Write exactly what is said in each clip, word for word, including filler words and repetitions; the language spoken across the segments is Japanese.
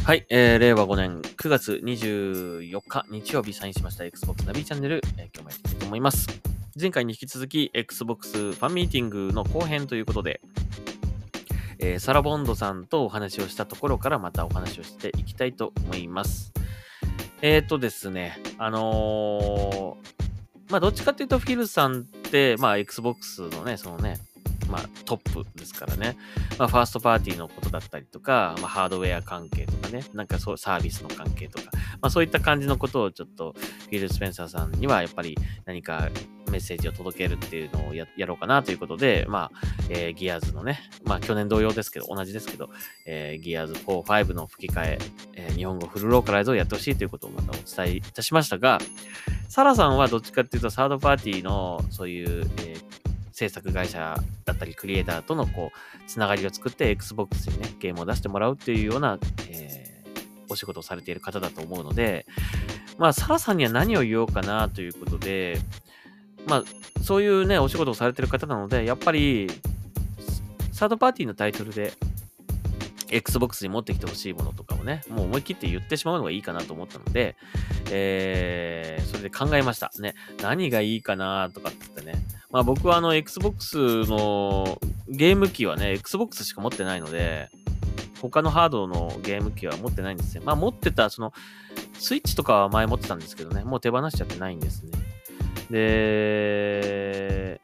はい、えー、令和ごねんくがつにじゅうよっか日曜日サインしました Xbox ナビチャンネル、えー、今日もやっていきたいと思います。前回に引き続き Xbox ファンミーティングの後編ということで、えー、サラボンドさんとお話をしたところからまたお話をしていきたいと思います。えーとですね、あのー、まあどっちかっていうとフィルさんって、まあ Xbox のね、そのね、まあトップですからね。まあファーストパーティーのことだったりとか、まあハードウェア関係とかね、なんかそうサービスの関係とか、まあそういった感じのことをちょっとフィル・スペンサーさんにはやっぱり何かメッセージを届けるっていうのを や, やろうかなということで、まあ、えー、ギアーズのね、まあ去年同様ですけど、同じですけど、えー、ギアーズフォー、ファイブの吹き替え、えー、日本語フルローカライズをやってほしいということをまたお伝えいたしましたが、サラさんはどっちかっていうとサードパーティーのそういう、えー制作会社だったりクリエイターとのこうつながりを作って Xbox にねゲームを出してもらうっていうような、えー、お仕事をされている方だと思うので、まあサラさんには何を言おうかなということで、まあそういうねお仕事をされている方なので、やっぱりサードパーティーのタイトルでXbox に持ってきてほしいものとかをね、もう思い切って言ってしまうのがいいかなと思ったので、えー、それで考えました。ね、何がいいかなとかって言ってね。まあ僕はあの Xbox のゲーム機はね、Xbox しか持ってないので、他のハードのゲーム機は持ってないんですよ。まあ持ってた、その、スイッチとかは前持ってたんですけどね、もう手放しちゃってないんですね。で、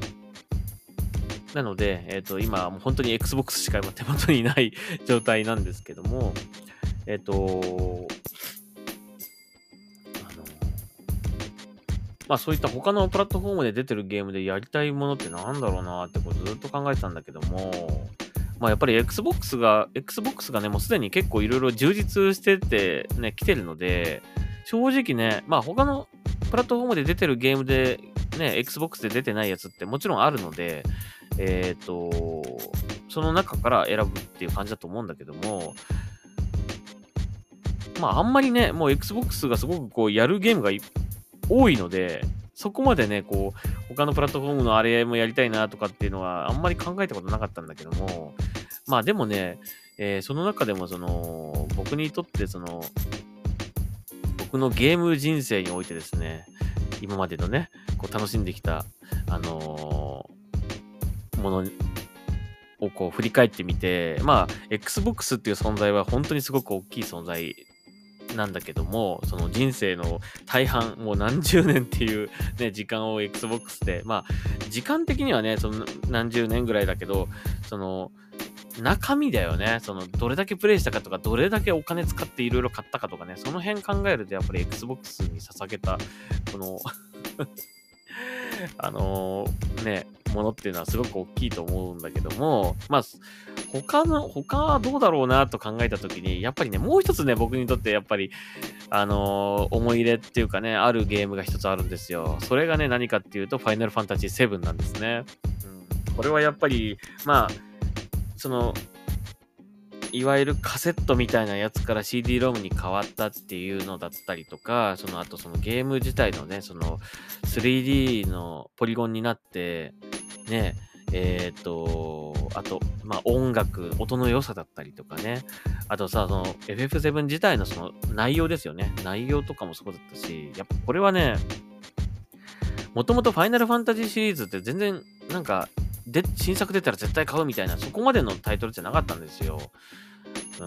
なので、えっと、今、もう本当に Xbox しか今手元にない状態なんですけども、えっと、あの、まあそういった他のプラットフォームで出てるゲームでやりたいものってなんだろうなってこうずっと考えてたんだけども、まあやっぱり Xbox が、Xbox がね、もうすでに結構いろいろ充実しててね、来てるので、正直ね、まあ他のプラットフォームで出てるゲームで、ね、Xbox で出てないやつってもちろんあるので、えっと、その中から選ぶっていう感じだと思うんだけども、まああんまりね、もう Xbox がすごくこうやるゲームが多いので、そこまでね、こう、他のプラットフォームのあれもやりたいなとかっていうのはあんまり考えたことなかったんだけども、まあでもね、えーその中でもその、僕にとってその、僕のゲーム人生においてですね、今までのね、こう楽しんできた、あのーものをこう振り返ってみて、まあ、Xbox っていう存在は本当にすごく大きい存在なんだけども、その人生の大半、もう何十年っていうね、時間を Xbox で、まあ、時間的にはね、その何十年ぐらいだけど、その、中身だよね。その、どれだけプレイしたかとか、どれだけお金使っていろいろ買ったかとかね、その辺考えると、やっぱり Xbox に捧げた、このあのーね、ものっていうのはすごく大きいと思うんだけども、まあ、他の、他はどうだろうなと考えたときに、やっぱりね、もう一つね、僕にとってやっぱり、あのー思い入れっていうかね、あるゲームが一つあるんですよ。それがね、何かっていうと、ファイナルファンタジーセブンなんですね。うん、これはやっぱり、まあ、その、いわゆるカセットみたいなやつから シーディー ロムに変わったっていうのだったりとか、その後そのゲーム自体のね、その スリーディー のポリゴンになって、ね、えっと、あと、まあ音楽、音の良さだったりとかね、あとさ、その エフエフセブン 自体のその内容ですよね。内容とかもそうだったし、やっぱこれはね、もともとファイナルファンタジーシリーズって全然なんか、で、新作出たら絶対買うみたいな、そこまでのタイトルじゃなかったんですよ。うん。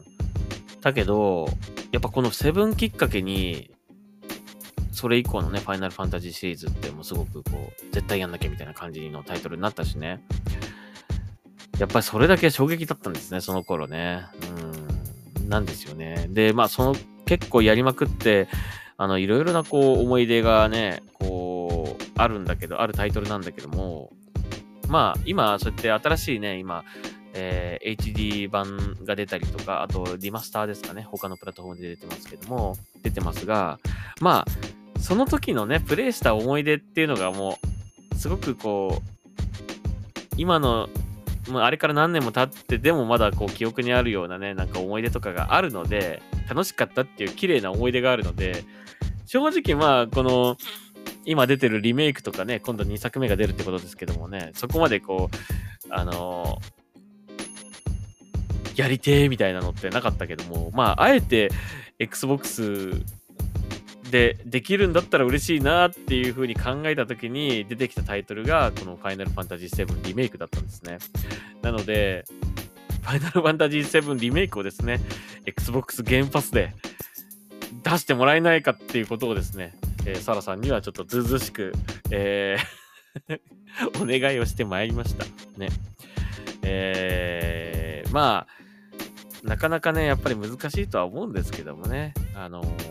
だけど、やっぱこのセブンきっかけに、それ以降のね、ファイナルファンタジーシリーズってもうすごくこう、絶対やんなきゃみたいな感じのタイトルになったしね。やっぱりそれだけ衝撃だったんですね、その頃ね。うん。なんですよね。で、まあその結構やりまくって、あの、いろいろなこう、思い出がね、こう、あるんだけど、あるタイトルなんだけども、まあ、今、そうやって新しいね、今、えー、エイチディー 版が出たりとか、あと、リマスターですかね、他のプラットフォームで出てますけども、出てますが、まあ、その時のね、プレイした思い出っていうのがもう、すごくこう、今の、もうあれから何年も経って、でもまだこう、記憶にあるようなね、なんか思い出とかがあるので、楽しかったっていう綺麗な思い出があるので、正直まあ、この、今出てるリメイクとかね、今度にさくめが出るってことですけどもね、そこまでこう、あのーやりてーみたいなのってなかったけども、まあ、あえて Xbox でできるんだったら嬉しいなっていう風に考えた時に出てきたタイトルがこのファイナルファンタジーセブンリメイクだったんですね。なので、ファイナルファンタジーセブンリメイクをですね、Xbox ゲームパスで出してもらえないかっていうことをですね、えー、サラさんにはちょっとずうずうしく、えーお願いをしてまいりました。ね。えー、まあ、なかなかね、やっぱり難しいとは思うんですけどもね。あのー、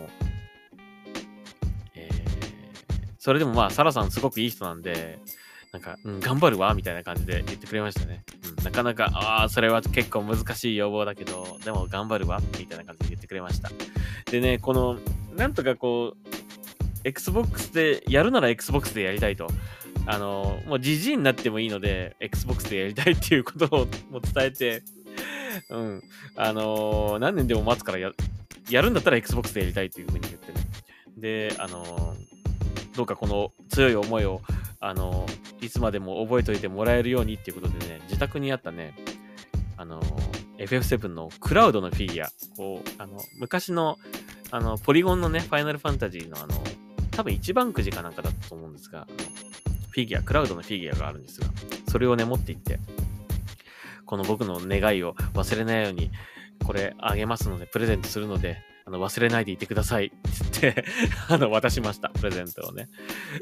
えー、それでもまあ、サラさんすごくいい人なんで、なんか、うん、頑張るわ、みたいな感じで言ってくれましたね。うん、なかなか、ああ、それは結構難しい要望だけど、でも頑張るわ、みたいな感じで言ってくれました。でね、この、なんとかこう、Xbox で、やるなら Xbox でやりたいと。あの、もうじじいになってもいいので、Xbox でやりたいっていうことをもう伝えて、うん。あのー、何年でも待つからや、やるんだったら Xbox でやりたいっていうふうに言ってね。で、あのー、どうかこの強い思いを、あのー、いつまでも覚えておいてもらえるようにっていうことでね、自宅にあったね、あのー、エフエフセブン のクラウドのフィギュア、こう、あの、昔の、あの、ポリゴンのね、ファイナルファンタジーのあの、多分一番くじかなんかだったと思うんですが、あのフィギュア、クラウドのフィギュアがあるんですが、それをね、持って行って、この僕の願いを忘れないように、これあげますので、プレゼントするので、あの忘れないでいてくださいって言って、あの、渡しました、プレゼントをね。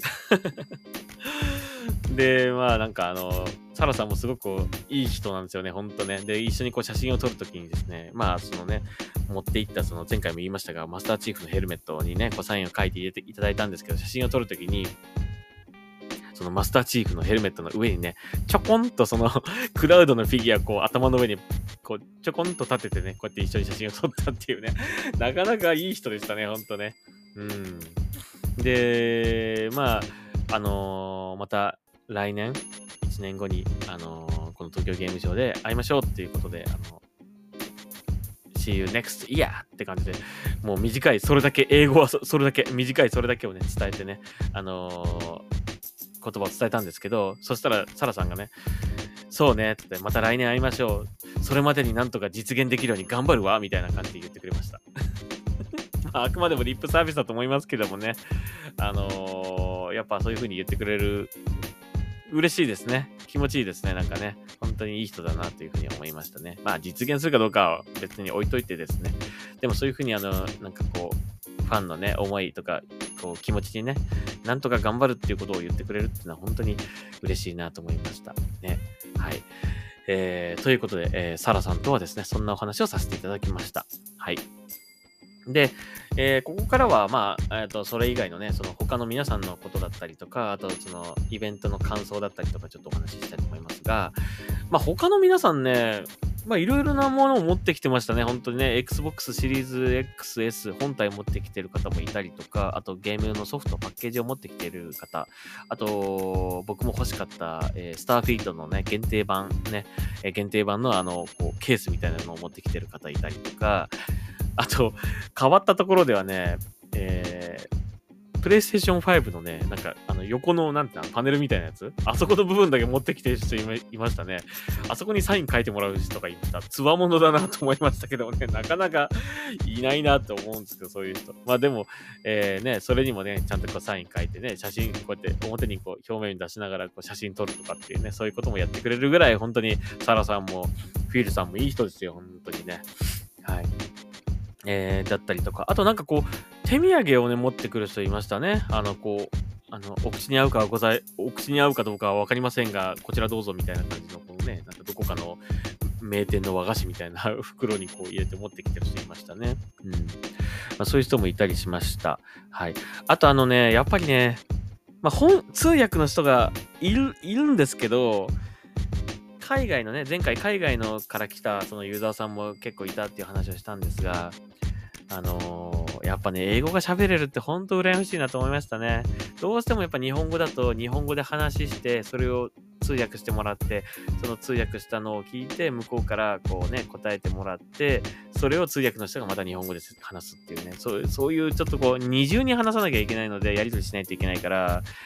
で、まあなんかあの、サラさんもすごくいい人なんですよね、ほんとね。で、一緒にこう写真を撮るときにですね、まあそのね、持って行ったその前回も言いましたが、マスターチーフのヘルメットにね、こうサインを書いて入れていただいたんですけど、写真を撮るときに、そのマスターチーフのヘルメットの上にね、ちょこんとそのクラウドのフィギュアこう頭の上にこうちょこんと立ててね、こうやって一緒に写真を撮ったっていうね、なかなかいい人でしたね、ほんとね。うん。で、まあ、あのー、また来年、いちねんごに、あのー、この東京ゲームショウで会いましょうっていうことで、あの、See you next year って感じで、もう短い、それだけ、英語は そ, それだけ、短いそれだけをね、伝えてね、あのー、言葉を伝えたんですけど、そしたらサラさんがね、そうねって、また来年会いましょう。それまでになんとか実現できるように頑張るわ、みたいな感じで言ってくれました。まあ、あくまでもリップサービスだと思いますけどもね、あのー、やっぱそういう風に言ってくれる、嬉しいですね。気持ちいいですね。なんかね、本当にいい人だなという風に思いましたね。まあ実現するかどうかは別に置いといてですね。でもそういう風にあの、なんかこう、ファンのね、思いとか、こう気持ちにね、なんとか頑張るっていうことを言ってくれるっていうのは本当に嬉しいなと思いました。ね。はい。えー、ということで、えー、サラさんとはですね、そんなお話をさせていただきました。はい。で、えー、ここからは、まあ、えっと、それ以外のね、その他の皆さんのことだったりとか、あと、その、イベントの感想だったりとか、ちょっとお話ししたいと思いますが、まあ、他の皆さんね、まあ、いろいろなものを持ってきてましたね。本当にね、Xbox シリーズ エックスエス 本体を持ってきてる方もいたりとか、あとゲームのソフト、パッケージを持ってきてる方、あと、僕も欲しかった、えー、スターフィールドのね、限定版、ね、えー、限定版のあの、こう、ケースみたいなのを持ってきてる方いたりとか、あと、変わったところではね、えー、プレイステーションファイブのね、なんか、あの、横の、なんていうの、パネルみたいなやつあそこの部分だけ持ってきてる人いましたね。あそこにサイン書いてもらう人がいました。つわものだなと思いましたけどね、なかなかいないなと思うんですけど、そういう人。まあでも、えー、ね、それにもね、ちゃんとこうサイン書いてね、写真、こうやって表にこう、表面に出しながらこう写真撮るとかっていうね、そういうこともやってくれるぐらい、本当に、サラさんも、フィールさんもいい人ですよ、本当にね。はい。えー、だったりとか、あとなんかこう、手土産をね、持ってくる人いましたね。あの、こう、あの、お口に合うかはござい、お口に合うかどうかはわかりませんが、こちらどうぞみたいな感じの、こうね、なんかどこかの名店の和菓子みたいな袋にこう入れて持ってきてる人いましたね。うん。まあ、そういう人もいたりしました。はい。あとあのね、やっぱりね、まあ、本、通訳の人がいる、いるんですけど、海外のね、前回海外のから来たそのユーザーさんも結構いたっていう話をしたんですが、あのー、やっぱね、英語が喋れるってほんと羨ましいなと思いましたね。どうしてもやっぱ日本語だと日本語で話して、それを通訳してもらって、その通訳したのを聞いて、向こうからこうね、答えてもらって、それを通訳の人がまた日本語で話すっていうね、そう、そういうちょっとこう、二重に話さなきゃいけないので、やり取りしないといけないから、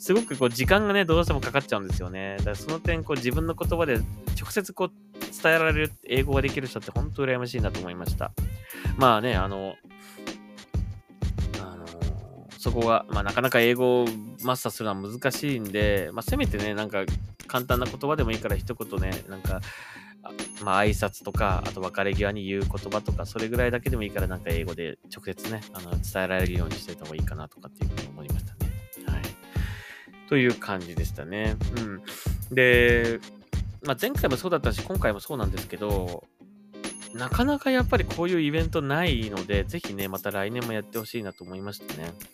すごくこう時間がね、どうしてもかかっちゃうんですよね。だからその点、こう自分の言葉で直接こう伝えられる英語ができる人って本当羨ましいなと思いました。まあね、あの、あのそこが、まあ、なかなか英語をマスターするのは難しいんで、まあ、せめてね、なんか簡単な言葉でもいいから一言ね、なんか、あまあ、挨拶とか、あと別れ際に言う言葉とか、それぐらいだけでもいいから、なんか英語で直接ね、あの伝えられるようにしておいた方がいいかなとかっていうふうに思いましたね。はい。という感じでしたね。うん。で、まあ、前回もそうだったし、今回もそうなんですけど、なかなかやっぱりこういうイベントないので、ぜひね、また来年もやってほしいなと思いましたね。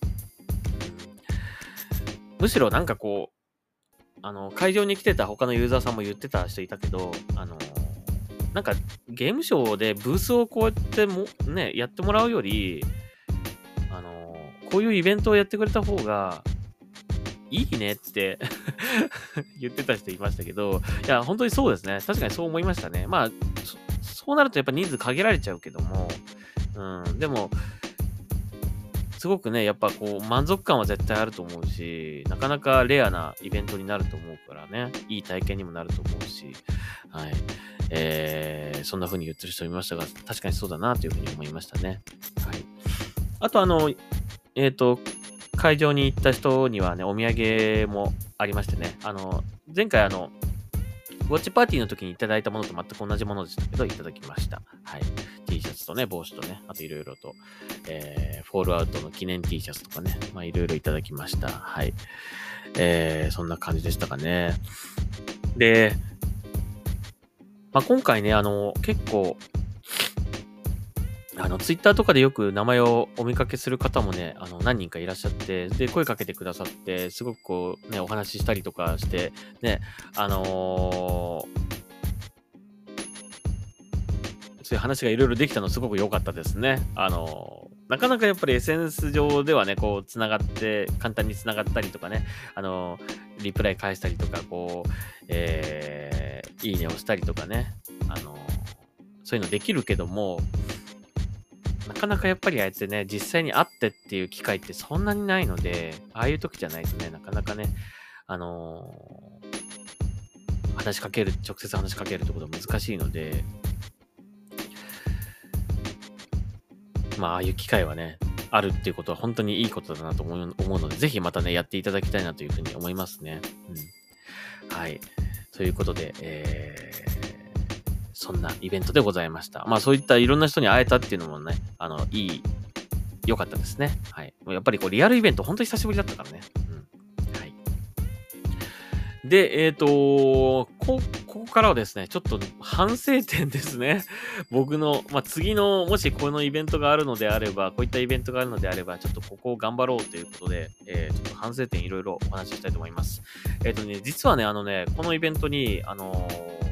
むしろなんかこう、あの、会場に来てた他のユーザーさんも言ってた人いたけど、あの、なんかゲームショーでブースをこうやっても、ね、やってもらうより、あの、こういうイベントをやってくれた方がいいねって言ってた人いましたけど、いや、本当にそうですね。確かにそう思いましたね。まあ、そそうなるとやっぱ人数限られちゃうけども、うん、でも、すごくね、やっぱこう、満足感は絶対あると思うし、なかなかレアなイベントになると思うからね、いい体験にもなると思うし、はい。えー、そんな風に言ってる人いましたが、確かにそうだなという風に思いましたね。はい。あとあの、えっと、会場に行った人にはね、お土産もありましてね、あの、前回あの、ウォッチパーティーの時にいただいたものと全く同じものでしたけど、いただきました。はい。T シャツとね、帽子とね、あといろいろと、えー、フォールアウトの記念 T シャツとかね、まあいろいろいただきました。はい。えー、そんな感じでしたかね。で、まあ今回ね、あの、結構、あの、ツイッターとかでよく名前をお見かけする方もね、あの、何人かいらっしゃって、で、声かけてくださって、すごくこう、ね、お話ししたりとかして、ね、あのーそういう話がいろいろできたのすごく良かったですね。あのーなかなかやっぱり エスエヌエス 上ではね、こう、つながって、簡単につながったりとかね、あのーリプライ返したりとか、こう、えー、いいねをしたりとかね、あのーそういうのできるけども、なかなかやっぱりああやってね、実際に会ってっていう機会ってそんなにないので、ああいう時じゃないとね、なかなかね、あのー話しかける、直接話しかけるってことは難しいので、まあ、ああいう機会はね、あるっていうことは本当にいいことだなと思う思うので、ぜひまたね、やっていただきたいなというふうに思いますね。うん。はい。ということで、えー、そんなイベントでございました。まあ、そういったいろんな人に会えたっていうのもね、あの、いい、良かったですね。はい。もうやっぱりこう、リアルイベント本当に久しぶりだったからね。うん。はい。で、えっ、とこ、ここからはですね、ちょっと反省点ですね。僕の、まあ、次の、もしこのイベントがあるのであれば、こういったイベントがあるのであれば、ちょっとここを頑張ろうということで、えー、ちょっと反省点いろいろお話ししたいと思います。えっ、とね、実はね、あのね、このイベントに、あのー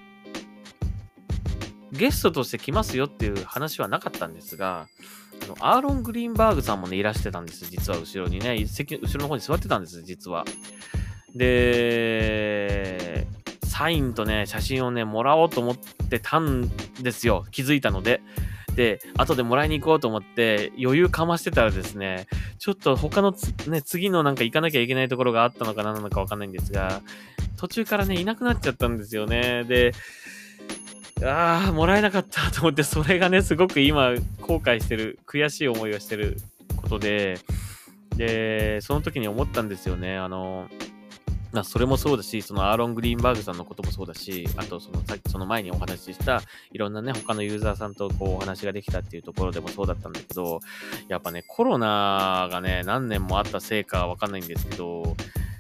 ゲストとして来ますよっていう話はなかったんですが、あの、アーロン・グリーンバーグさんもね、いらしてたんです。実は後ろにね、席、後ろの方に座ってたんです、実は。で、サインとね、写真をね、もらおうと思ってたんですよ。気づいたので。で、後でもらいに行こうと思って余裕かましてたらですね、ちょっと他のつね、次のなんか行かなきゃいけないところがあったのか何なのかわかんないんですが、途中からね、いなくなっちゃったんですよね。で、ああ、もらえなかったと思って、それがね、すごく今、後悔してる、悔しい思いをしてることで、で、その時に思ったんですよね。あの、まあ、それもそうだし、そのアーロン・グリーンバーグさんのこともそうだし、あとそのさっきその前にお話ししたいろんなね、他のユーザーさんとこうお話ができたっていうところでもそうだったんだけど、やっぱね、コロナがね、何年もあったせいかわかんないんですけど、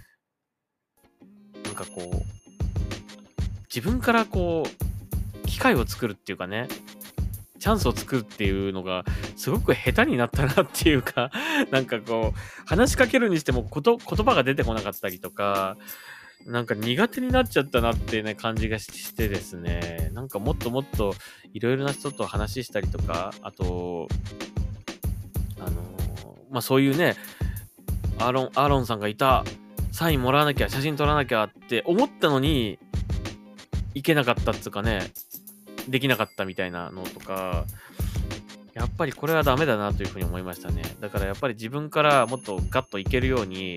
なんかこう、自分からこう、機会を作るっていうかね、チャンスを作るっていうのが、すごく下手になったなっていうか、なんかこう、話しかけるにしてもこと言葉が出てこなかったりとか、なんか苦手になっちゃったなってね、感じがしてですね、なんかもっともっといろいろな人と話したりとか、あと、あのーまあ、そういうね、アーロン、アーロンさんがいた、サインもらわなきゃ、写真撮らなきゃって思ったのに、いけなかったっつうかね、できなかったみたいなのとか、やっぱりこれはダメだなというふうに思いましたね。だからやっぱり自分からもっとガッといけるように、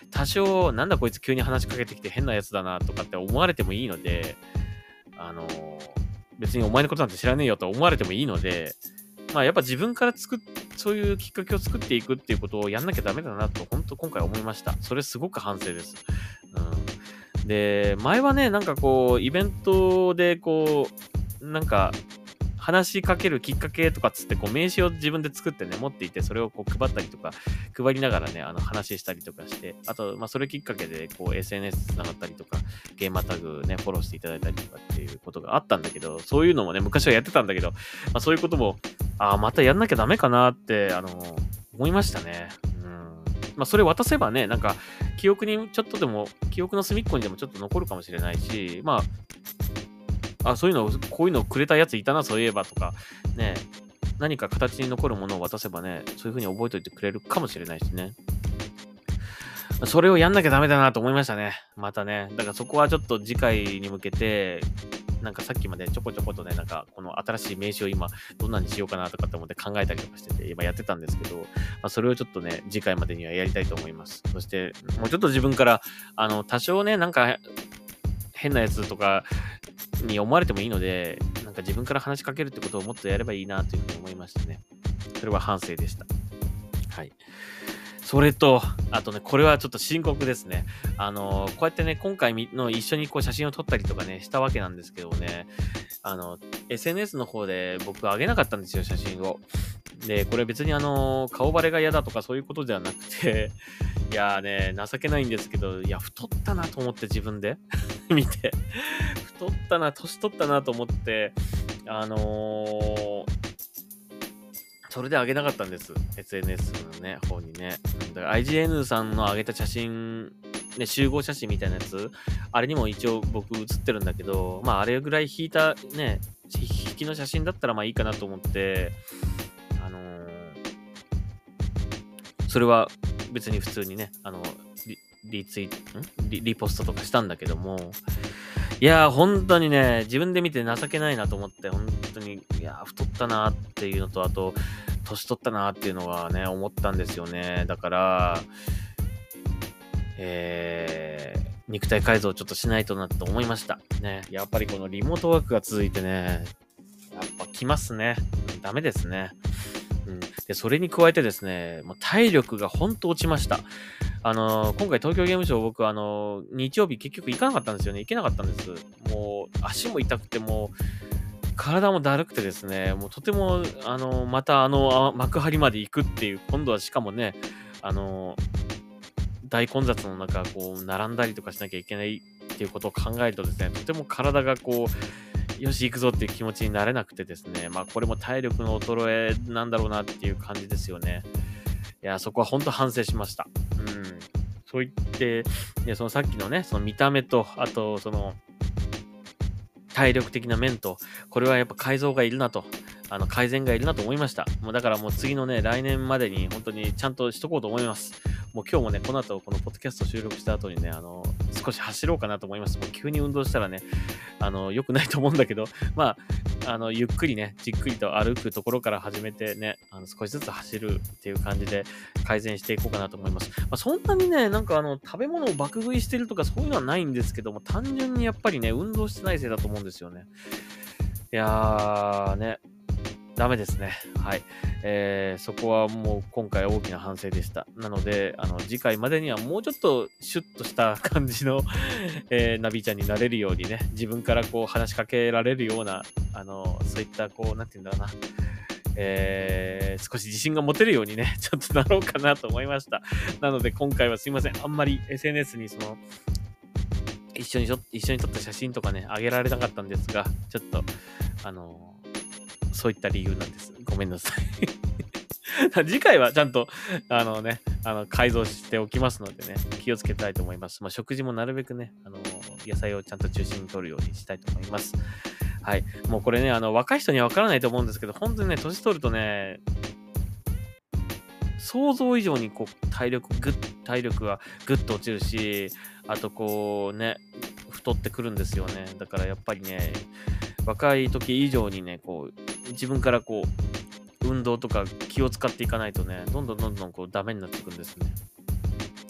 多少、なんだこいつ急に話しかけてきて変なやつだなとかって思われてもいいので、あのー別にお前のことなんて知らねえよと思われてもいいので、まあやっぱ自分から作っ、そういうきっかけを作っていくっていうことをやんなきゃダメだなと、本当今回思いました。それすごく反省です。うん。で、前はね、なんかこう、イベントでこう、なんか、話しかけるきっかけとかっつって、こう、名刺を自分で作ってね、持っていて、それをこう配ったりとか、配りながらね、あの、話したりとかして、あと、まあ、それきっかけで、こう、エスエヌエス つながったりとか、ゲーマータグね、フォローしていただいたりとかっていうことがあったんだけど、そういうのもね、昔はやってたんだけど、まあ、そういうことも、ああ、またやんなきゃダメかなって、あの、思いましたね。うん。まあ、それ渡せばね、なんか、記憶にちょっとでも、記憶の隅っこにでもちょっと残るかもしれないし、まあ、あ、そういうのを、こういうのをくれたやついたな、そういえばとか、ね、何か形に残るものを渡せばね、そういう風に覚えておいてくれるかもしれないしね。それをやんなきゃダメだなと思いましたね。またね。だからそこはちょっと次回に向けて、なんかさっきまでちょこちょことね、なんかこの新しい名刺を今どんなにしようかなとかって思って考えたりとかしてて、今やってたんですけど、まあ、それをちょっとね、次回までにはやりたいと思います。そして、もうちょっと自分から、あの、多少ね、なんか変なやつとかに思われてもいいので、なんか自分から話しかけるってことをもっとやればいいなというふうに思いましてね。それは反省でした。はい。それと、あとね、これはちょっと深刻ですね。あの、こうやってね、今回の一緒にこう写真を撮ったりとかね、したわけなんですけどね、あの、エスエヌエス の方で僕上げなかったんですよ、写真を。で、これ別にあの、顔バレが嫌だとかそういうことではなくて、いやーね、情けないんですけど、いや、太ったなと思って自分で見て、太ったな、年取ったなと思って、あのー、それで上げなかったんです。エスエヌエス のね、方にね。だから アイジーエヌ さんの上げた写真、ね、集合写真みたいなやつ、あれにも一応僕写ってるんだけど、まああれぐらい引いたね、引きの写真だったらまあいいかなと思って、あのー、それは別に普通にね、あの、リリツイート、んリリポストとかしたんだけども、いやー、本当にね、自分で見て情けないなと思って、本当に、いやー、太ったなーっていうのと、あと、年取ったなーっていうのはね、思ったんですよね。だから、えー、肉体改造ちょっとしないとなと思いました。ね、やっぱりこのリモートワークが続いてね、やっぱ来ますね。ダメですね。うん、で、それに加えてですね、もう体力が本当落ちました。あのー、今回東京ゲームショウ僕あのー、日曜日結局行かなかったんですよね。行けなかったんです。もう足も痛くてもう体もだるくてですね、もうとてもあのー、またあのあ幕張まで行くっていう、今度はしかもね、あの大混雑の中こう並んだりとかしなきゃいけないっていうことを考えるとですね、とても体がこうよし行くぞっていう気持ちになれなくてですね、まあこれも体力の衰えなんだろうなっていう感じですよね。いや、そこは本当反省しました。うん。そう言って、で、そのさっきのね、その見た目と、あと、その、体力的な面と、これはやっぱ改造がいるなと、あの、改善がいるなと思いました。もうだからもう次のね、来年までに本当にちゃんとしとこうと思います。もう今日もね、この後、このポッドキャスト収録した後にね、あの、少し走ろうかなと思います。もう急に運動したらね、あの、良くないと思うんだけど、まあ、あの、ゆっくりね、じっくりと歩くところから始めてね、あの少しずつ走るっていう感じで改善していこうかなと思います。まあ、そんなにね、なんかあの、食べ物を爆食いしてるとかそういうのはないんですけども、単純にやっぱりね、運動してないせいだと思うんですよね。いやーね、ダメですね。はい。えー、そこはもう今回大きな反省でした。なので、あの、次回までにはもうちょっとシュッとした感じの、えー、ナビちゃんになれるようにね、自分からこう話しかけられるような、あの、そういったこう、なんて言うんだろうな、えー、少し自信が持てるようにね、ちょっとなろうかなと思いました。なので今回はすいません。あんまり エスエヌエス にその、一緒にしょ、一緒に撮った写真とかね、あげられなかったんですが、ちょっと、あの、そういった理由なんです。ごめんなさい。次回はちゃんと、あのね、あの、改造しておきますのでね、気をつけたいと思います。まあ、食事もなるべくね、あの、野菜をちゃんと中心に取るようにしたいと思います。はい。もうこれね、あの、若い人にはわからないと思うんですけど、本当にね、年取るとね、想像以上にこう、体力、ぐっ、体力がぐっと落ちるし、あとこうね、太ってくるんですよね。だからやっぱりね、若い時以上にね、こう、自分からこう、運動とか気を使っていかないとね、どんどんどんどんこうダメになっていくんですね。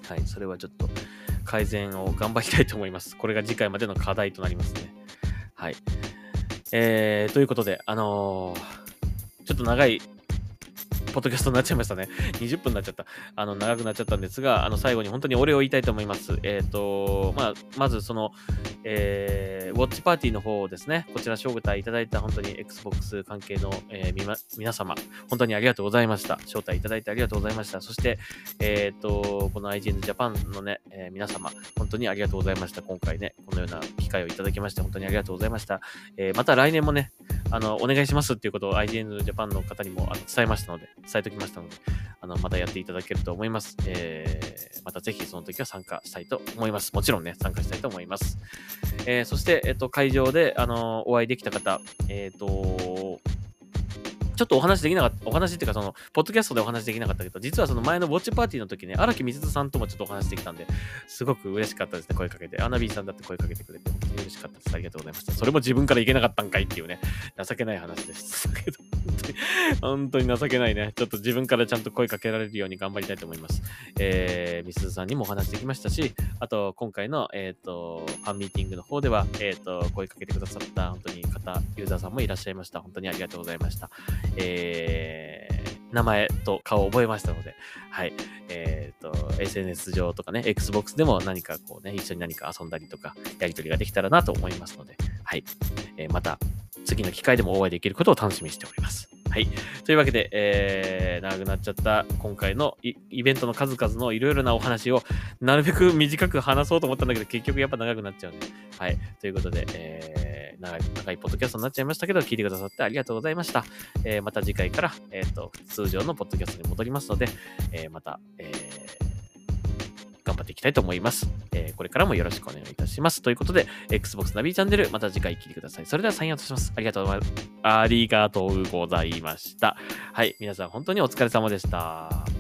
はい、それはちょっと改善を頑張りたいと思います。これが次回までの課題となりますね。はい。えー、ということで、あのー、ちょっと長いポッドキャストになっちゃいましたね。にじゅっぷんになっちゃった。あの、長くなっちゃったんですが、あの、最後に本当にお礼を言いたいと思います。えっ、と、まあ、まずその、えー、ウォッチパーティーの方をですね、こちら招待いただいた本当に Xbox 関係の、えーみま、皆様、本当にありがとうございました。招待いただいてありがとうございました。そして、えっ、と、この アイジーエヌ Japan のね、えー皆様、本当にありがとうございました。今回ね、このような機会をいただきまして、本当にありがとうございました。えーまた来年もね、あの、お願いしますっていうことを アイジーエヌ Japan の方にもあの伝えましたので、伝えておきましたので、あの、またやっていただけると思います。えー、またぜひその時は参加したいと思います。もちろんね、参加したいと思います。えー、そして、えっと、会場で、あの、お会いできた方、えっと、ちょっとお話できなかった、お話っていうかその、ポッドキャストでお話できなかったけど、実はその前のウォッチパーティーの時ね、荒木みつつさんともちょっとお話できたんで、すごく嬉しかったですね、声かけて。アナビーさんだって声かけてくれて、本当に嬉しかったです。ありがとうございました。それも自分からいけなかったんかいっていうね、情けない話でしたけど、本当に、本当に情けないね。ちょっと自分からちゃんと声かけられるように頑張りたいと思います。えー、みつつさんにもお話できましたし、あと、今回の、えっと、ファンミーティングの方では、えっと、声かけてくださった、本当に方、ユーザーさんもいらっしゃいました。本当にありがとうございました。えー名前と顔を覚えましたので、はい。えっと、エスエヌエス 上とかね、Xbox でも何かこうね、一緒に何か遊んだりとか、やりとりができたらなと思いますので、はい。えーまた、次の機会でもお会いできることを楽しみにしております。はい。というわけで、えー、長くなっちゃった今回のイイベントの数々のいろいろなお話を、なるべく短く話そうと思ったんだけど、結局やっぱ長くなっちゃうね。はい。ということで、えー、長い、長いポッドキャストになっちゃいましたけど、聞いてくださってありがとうございました。えー、また次回から、えっと、通常のポッドキャストに戻りますので、えー、また、えー、頑張っていきたいと思います。えー、これからもよろしくお願いいたします。ということで、Xbox ナビチャンネル、また次回聞いてください。それではサインアウトします。ありがとうございます。ありがとうございました。はい、皆さん本当にお疲れ様でした。